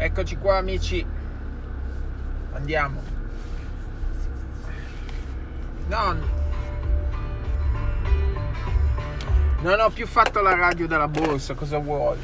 Eccoci qua amici, andiamo. Non ho più fatto la radio della borsa, cosa vuoi?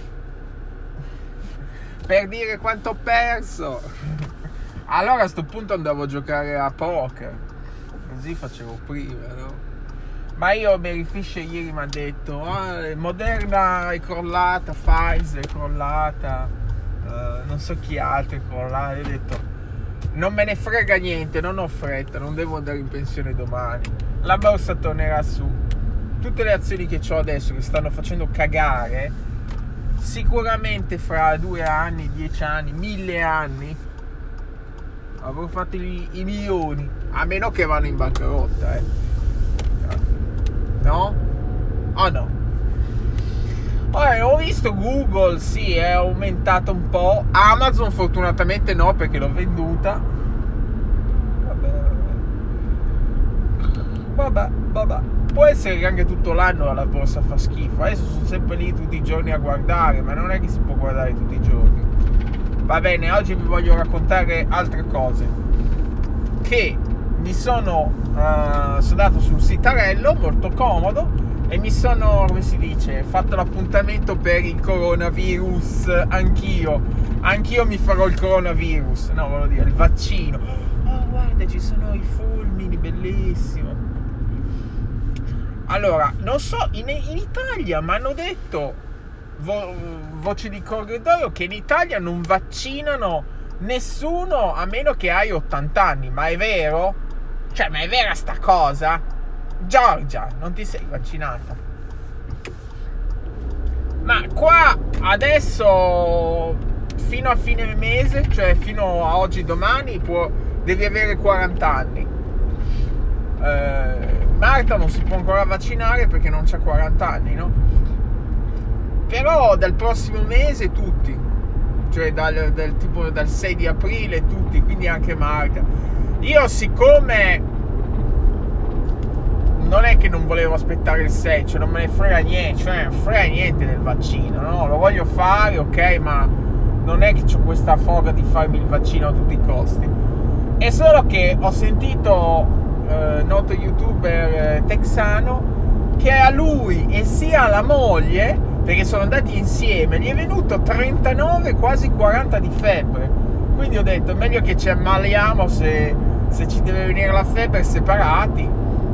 Per dire quanto ho perso. Allora a sto punto andavo a giocare a poker, così facevo prima, no? Ma io Mary Fisher ieri mi ha detto Moderna è crollata, Pfizer è crollata, non so chi altro è crollata. Io ho detto non me ne frega niente, non ho fretta, non devo andare in pensione domani, la borsa tornerà su. Tutte le azioni che ho adesso che stanno facendo cagare, sicuramente fra 2 anni, 10 anni, 1000 anni avrò fatto i milioni, a meno che vanno in bancarotta, no? Oh no. Ora, ho visto Google, sì, è aumentato un po'. Amazon fortunatamente no, perché l'ho venduta. Vabbè. Può essere che anche tutto l'anno la borsa fa schifo. Adesso sono sempre lì tutti i giorni a guardare, ma non è che si può guardare tutti i giorni. Va bene, oggi vi voglio raccontare altre cose. Che mi sono andato sul sitarello, molto comodo, e mi sono, come si dice, fatto l'appuntamento per il coronavirus. Anch'io mi farò il coronavirus, no, volevo dire, il vaccino. Oh, guarda, ci sono i fulmini, bellissimo. Allora, non so, in Italia mi hanno detto, voce di corridoio, che in Italia non vaccinano nessuno a meno che hai 80 anni. Ma è vero? Cioè, ma è vera sta cosa? Giorgia, non ti sei vaccinata? Ma qua adesso fino a fine mese, cioè fino a oggi, domani, devi avere 40 anni. Marta non si può ancora vaccinare perché non c'ha 40 anni, no? Però dal prossimo mese tutti, cioè dal 6 di aprile tutti, quindi anche Marta. Io, siccome non è che non volevo aspettare il 6, cioè non me ne frega niente, del vaccino, no? Lo voglio fare, ok, ma non è che ho questa foga di farmi il vaccino a tutti i costi. È solo che ho sentito noto youtuber texano che a lui e sia alla moglie, perché sono andati insieme, gli è venuto 39, quasi 40 di febbre. Quindi ho detto, meglio che ci ammaliamo se ci deve venire la febbre separati.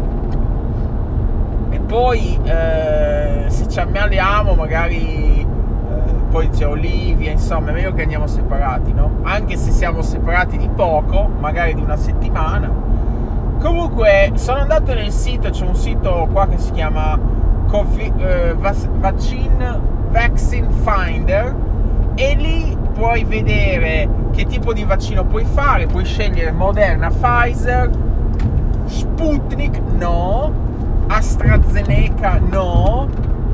E poi se ci ammaliamo magari poi c'è Olivia, insomma è meglio che andiamo separati, no? Anche se siamo separati di poco, magari di una settimana. Comunque sono andato nel sito, c'è un sito qua che si chiama Vaccine Finder, e lì puoi vedere che tipo di vaccino puoi fare. Puoi scegliere Moderna, Pfizer, Sputnik no, AstraZeneca no,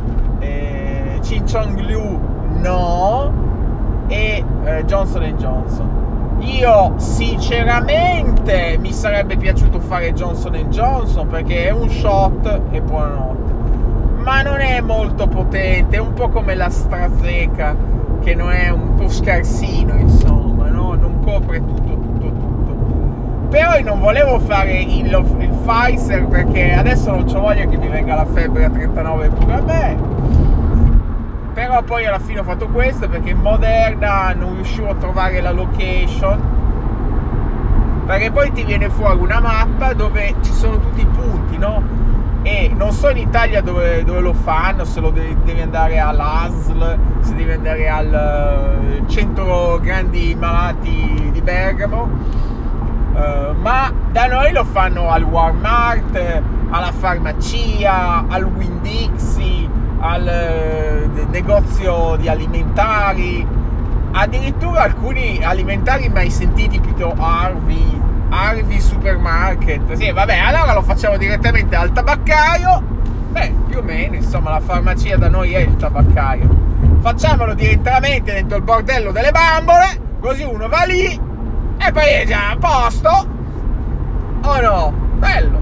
Cinchongliu no, e Johnson & Johnson. Io sinceramente mi sarebbe piaciuto fare Johnson & Johnson, perché è un shot e buonanotte, ma non è molto potente, è un po' come l'AstraZeneca, che non è, un po' scarsino, insomma, no? Non copre tutto. Però io non volevo fare il Pfizer, perché adesso non c'ho voglia che mi venga la febbre a 39 pure a me. Però poi alla fine ho fatto questo, perché in Moderna non riuscivo a trovare la location, perché poi ti viene fuori una mappa dove ci sono tutti i punti, no? E non so in Italia dove lo fanno, se lo devi andare all'ASL, se devi andare al centro grandi malati di Bergamo, ma da noi lo fanno al Walmart, alla farmacia, al Winn-Dixie, al negozio di alimentari, addirittura alcuni alimentari mai sentiti, tipo Harvey Supermarket. Sì, vabbè, allora lo facciamo direttamente al tabaccaio. Beh, più o meno, insomma, la farmacia da noi è il tabaccaio. Facciamolo direttamente dentro il bordello delle bambole, così uno va lì e poi è già a posto. Oh no, bello.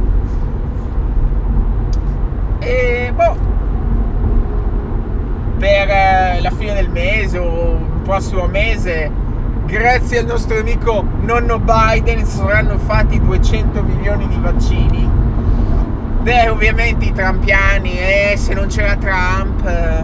E per la fine del mese o il prossimo mese grazie al nostro amico nonno Biden saranno fatti 200 milioni di vaccini. Beh, ovviamente i trampiani, se non c'era Trump,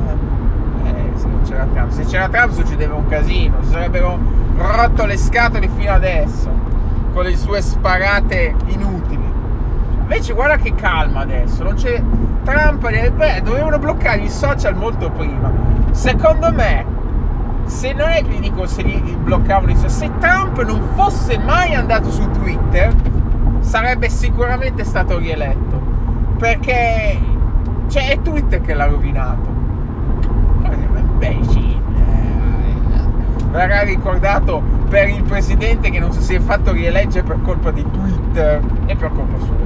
se c'era Trump succedeva un casino, si sarebbero rotto le scatole fino adesso con le sue sparate inutili. Invece guarda che calma adesso, non c'è Trump, dovevano bloccare i social molto prima. Secondo me, se non è che gli dico se li bloccavano i social, se Trump non fosse mai andato su Twitter sarebbe sicuramente stato rieletto, perché è Twitter che l'ha rovinato. Verrà ricordato per il presidente che non si è fatto rieleggere per colpa di Twitter e per colpa sua.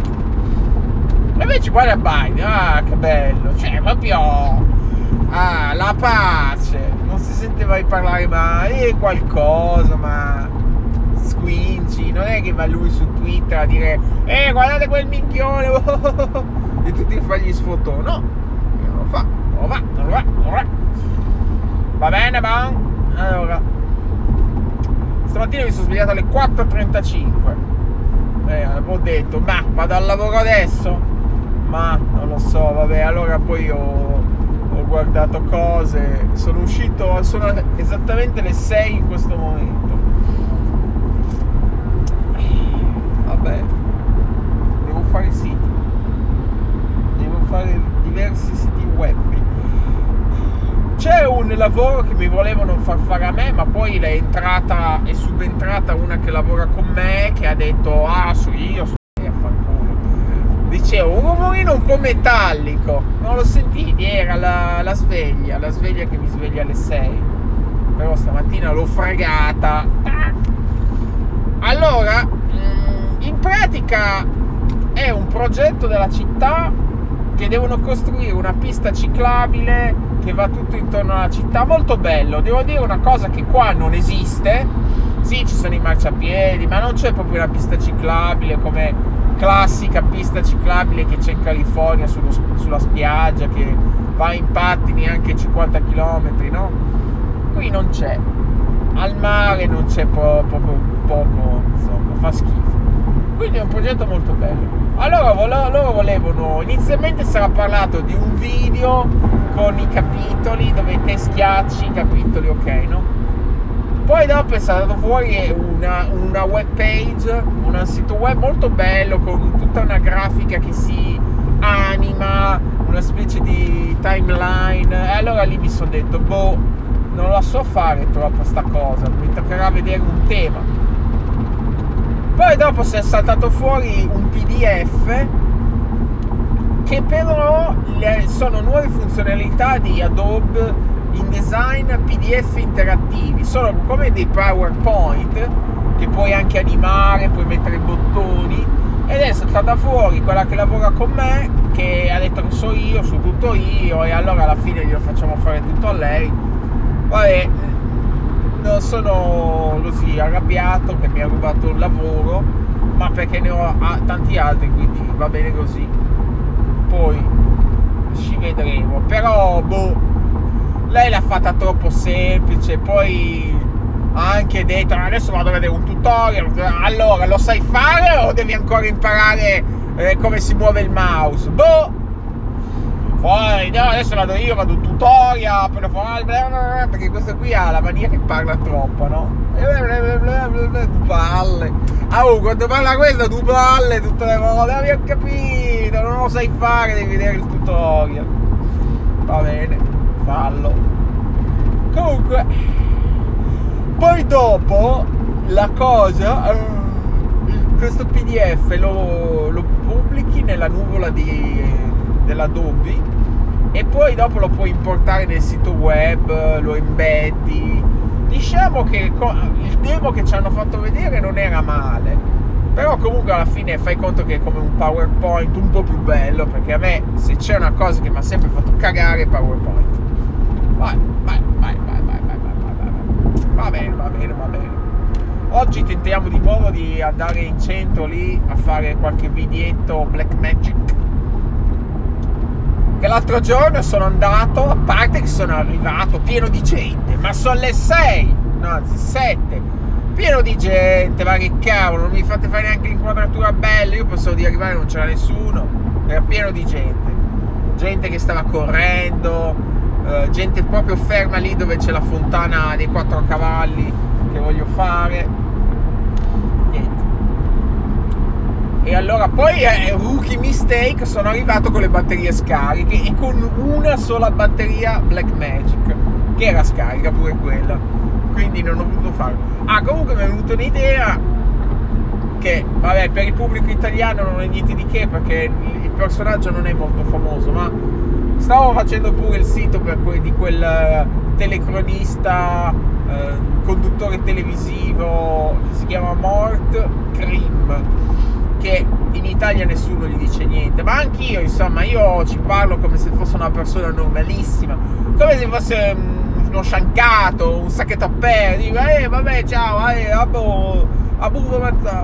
E invece guarda Biden, che bello, proprio la pace, non si sente mai parlare mai, qualcosa, ma squinci, non è che va lui su Twitter a dire guardate quel minchione e tutti a fargli sfotò, no, non lo fa, non lo fa. Va bene, bon. Allora, stamattina mi sono svegliato alle 4:35. Avevo detto, ma vado al lavoro adesso? Ma non lo so, vabbè, allora poi ho guardato cose, sono uscito, sono esattamente le 6 in questo momento. Vabbè, devo fare siti, devo fare diversi siti web. C'è un lavoro che mi volevano far fare a me, ma poi è subentrata una che lavora con me, che ha detto io sono a fanculo. Dicevo, un rumorino un po' metallico, non lo sentiti, era la sveglia che mi sveglia alle 6, però stamattina l'ho fregata. Allora, in pratica è un progetto della città che devono costruire una pista ciclabile che va tutto intorno alla città, molto bello. Devo dire una cosa che qua non esiste. Sì, ci sono i marciapiedi, ma non c'è proprio una pista ciclabile come classica pista ciclabile che c'è in California sulla spiaggia, che va in pattini anche 50 km, no? Qui non c'è. Al mare non c'è proprio poco, insomma, fa schifo. Quindi è un progetto molto bello. Allora loro volevano, inizialmente sarà parlato di un video con i capitoli dove te schiacci i capitoli, ok, no? Poi dopo è saltato fuori una web page, un sito web molto bello con tutta una grafica che si anima, una specie di timeline. E allora lì mi sono detto, non la so fare troppo sta cosa, mi toccherà vedere un tema. Poi dopo si è saltato fuori un PDF che però sono nuove funzionalità di Adobe InDesign, PDF interattivi, sono come dei PowerPoint che puoi anche animare, puoi mettere i bottoni. Ed è saltata fuori quella che lavora con me, che ha detto che so tutto io, e allora alla fine glielo facciamo fare tutto a lei. Vabbè, non sono così arrabbiato che mi ha rubato il lavoro, ma perché ne ho tanti altri, quindi va bene così. Poi ci vedremo, però lei l'ha fatta troppo semplice. Poi ha anche detto adesso vado a vedere un tutorial. Allora, lo sai fare o devi ancora imparare come si muove il mouse? Poi no, adesso vado un tutorial perché questo qui ha la mania che parla troppo, no? Tu palle. Quando parla questo tu palle tutte le volte. Ho capito, non lo sai fare, devi vedere il tutorial. Va bene, fallo. Comunque, poi dopo la cosa, questo PDF lo pubblichi nella nuvola dell'Adobe e poi dopo lo puoi importare nel sito web, lo embeddi. Diciamo che il demo che ci hanno fatto vedere non era male, però comunque alla fine fai conto che è come un PowerPoint un po' più bello, perché a me se c'è una cosa che mi ha sempre fatto cagare è PowerPoint. Vai. Va bene. Oggi tentiamo di nuovo di andare in centro lì a fare qualche videetto Blackmagic. Che l'altro giorno sono andato, a parte che sono arrivato pieno di gente, ma sono le 6 no, anzi 7, pieno di gente, ma che cavolo, non mi fate fare neanche l'inquadratura bella, io pensavo di arrivare e non c'era nessuno, era pieno di gente che stava correndo, gente proprio ferma lì dove c'è la fontana dei 4 cavalli che voglio fare, niente. E allora poi rookie mistake, sono arrivato con le batterie scariche e con una sola batteria Blackmagic che era scarica pure quella, quindi non ho potuto farlo. Comunque mi è venuta un'idea che, vabbè, per il pubblico italiano non è niente di che perché il personaggio non è molto famoso, ma stavo facendo pure il sito di quel telecronista, conduttore televisivo che si chiama Mort Krim, che in Italia nessuno gli dice niente, ma anch'io, insomma, io ci parlo come se fosse una persona normalissima, come se fosse uno sciancato, un sacchetto a per, dico, vabbè, ciao, abuvo mazza,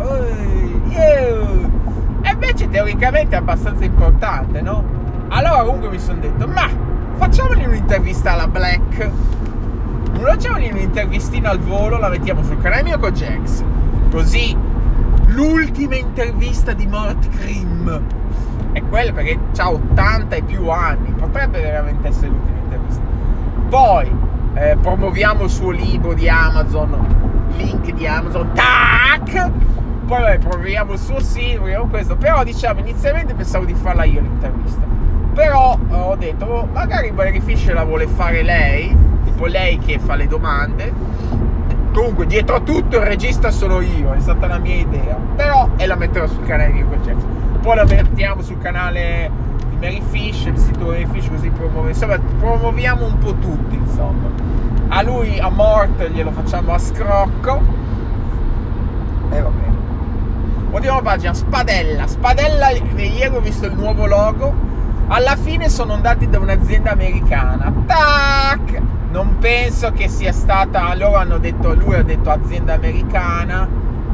e invece teoricamente è abbastanza importante, no? Allora comunque mi sono detto, ma facciamogli un'intervista alla Black, facciamogli un'intervistina al volo, la mettiamo sul canale mio con Jax, così l'ultima intervista di Mort Krim è quella, perché c'ha 80 e più anni, potrebbe veramente essere l'ultima intervista. Poi promuoviamo il suo libro di Amazon, link di Amazon, tac, poi promuoviamo il suo sito, questo. Però diciamo, inizialmente pensavo di farla io l'intervista, però ho detto, magari Barry Fish la vuole fare lei, tipo lei che fa le domande. Comunque dietro a tutto il regista sono io, è stata la mia idea, però e la metterò sul canale di Mirko Jackson, poi la mettiamo sul canale di Mary Fish, il sito Mary Fish, così promuoviamo un po' tutti, insomma. A lui, a Mort, glielo facciamo a scrocco e va bene. Ultima pagina, Spadella, ieri ho visto il nuovo logo, alla fine sono andati da un'azienda americana, tac. Non penso che sia stata, loro hanno detto, lui ha detto azienda americana,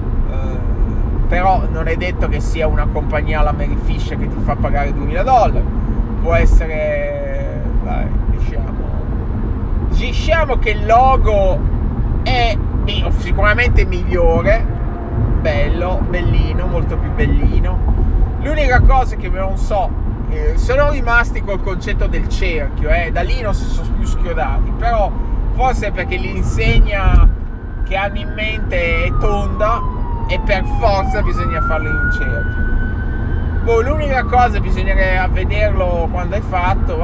però non è detto che sia una compagnia alla Mary Fish che ti fa pagare $2000, può essere, diciamo che il logo è sicuramente migliore, bello, bellino, molto più bellino. L'unica cosa che non so, sono rimasti col concetto del cerchio, da lì non si sono più schiodati, però forse è perché l'insegna che hanno in mente è tonda e per forza bisogna farlo in un cerchio. L'unica cosa bisognerebbe vederlo quando è fatto,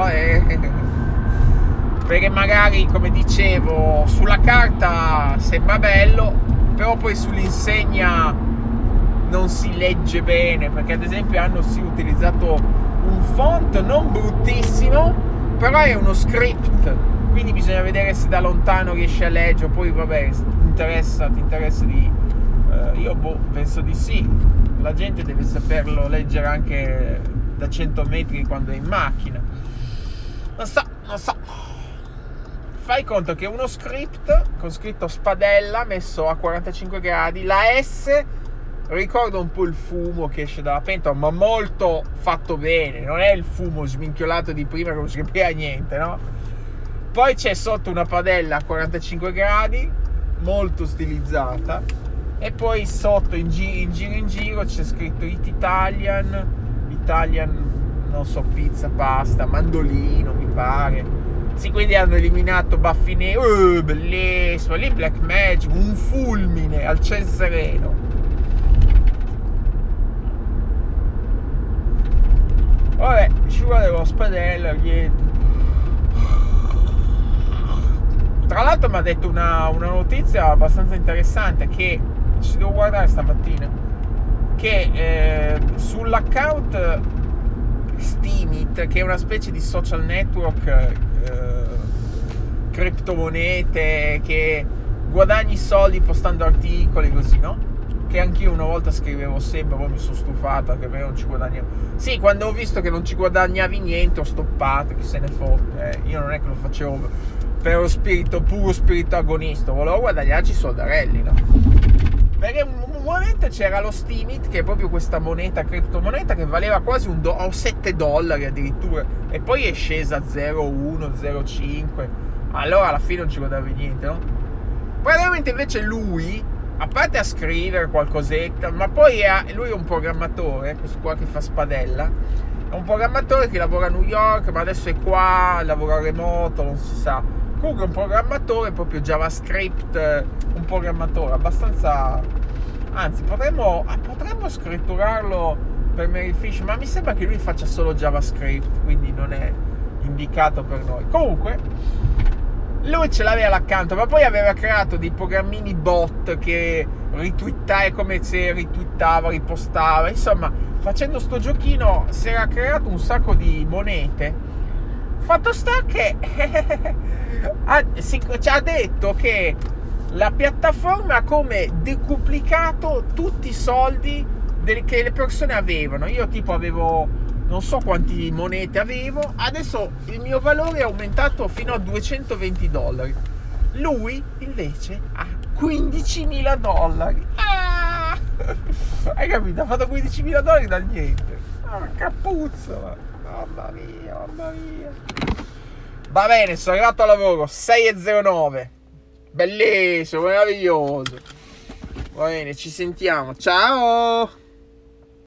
perché magari, come dicevo, sulla carta sembra bello, però poi sull'insegna non si legge bene, perché ad esempio hanno utilizzato un font non bruttissimo, però è uno script, quindi bisogna vedere se da lontano riesci a leggere. Poi vabbè, ti interessa di io penso di sì, la gente deve saperlo leggere anche da 100 metri quando è in macchina, non so. Fai conto che uno script con scritto Spadella messo a 45 gradi, la S ricorda un po' il fumo che esce dalla pentola, ma molto fatto bene, non è il fumo sminchiolato di prima che non si capiva niente, no? Poi c'è sotto una padella a 45 gradi, molto stilizzata, e poi sotto in giro c'è scritto Italian, non so, pizza, pasta, mandolino mi pare. Sì, quindi hanno eliminato baffi neri, bellissimo, lì Blackmagic, un fulmine al ciel sereno. Vabbè, ci vuole lo Spadella, niente. Tra l'altro mi ha detto una notizia abbastanza interessante, che ci devo guardare stamattina, che sull'account Steemit, che è una specie di social network, criptomonete, che guadagni soldi postando articoli così, no? Che anch'io una volta scrivevo sempre, poi mi sono stufato anche perché non ci guadagnavo. Sì, quando ho visto che non ci guadagnavi niente ho stoppato, chi se ne fotte. Io non è che lo facevo per puro spirito agonista, volevo guadagnarci soldarelli, no? Perché un momento c'era lo Steemit, che è proprio questa moneta, criptomoneta, che valeva quasi $7 addirittura, e poi è scesa a 0,1, 0,5. Allora alla fine non ci guadagnavi niente, no? Praticamente invece lui, a parte a scrivere qualcosetta, ma poi lui è un programmatore, questo qua che fa spadella, è un programmatore che lavora a New York, ma adesso è qua, lavora remoto, non si sa. Comunque è un programmatore proprio JavaScript, un programmatore abbastanza... Anzi, potremmo scritturarlo per Merryfish, ma mi sembra che lui faccia solo JavaScript, quindi non è indicato per noi. Comunque lui ce l'aveva l'accanto, ma poi aveva creato dei programmini bot che ritwittava, come se ritwittava, ripostava, insomma, facendo sto giochino si era creato un sacco di monete. Fatto sta che ci ha detto che la piattaforma ha come decuplicato tutti i soldi che le persone avevano. Io tipo avevo non so quanti monete avevo, adesso il mio valore è aumentato fino a $220. Lui invece ha $15.000. Hai capito? Ha fatto $15.000 dal niente. Capuzzo, mamma mia. Va bene, sono arrivato al lavoro 6:09. Bellissimo, meraviglioso. Va bene, ci sentiamo. Ciao.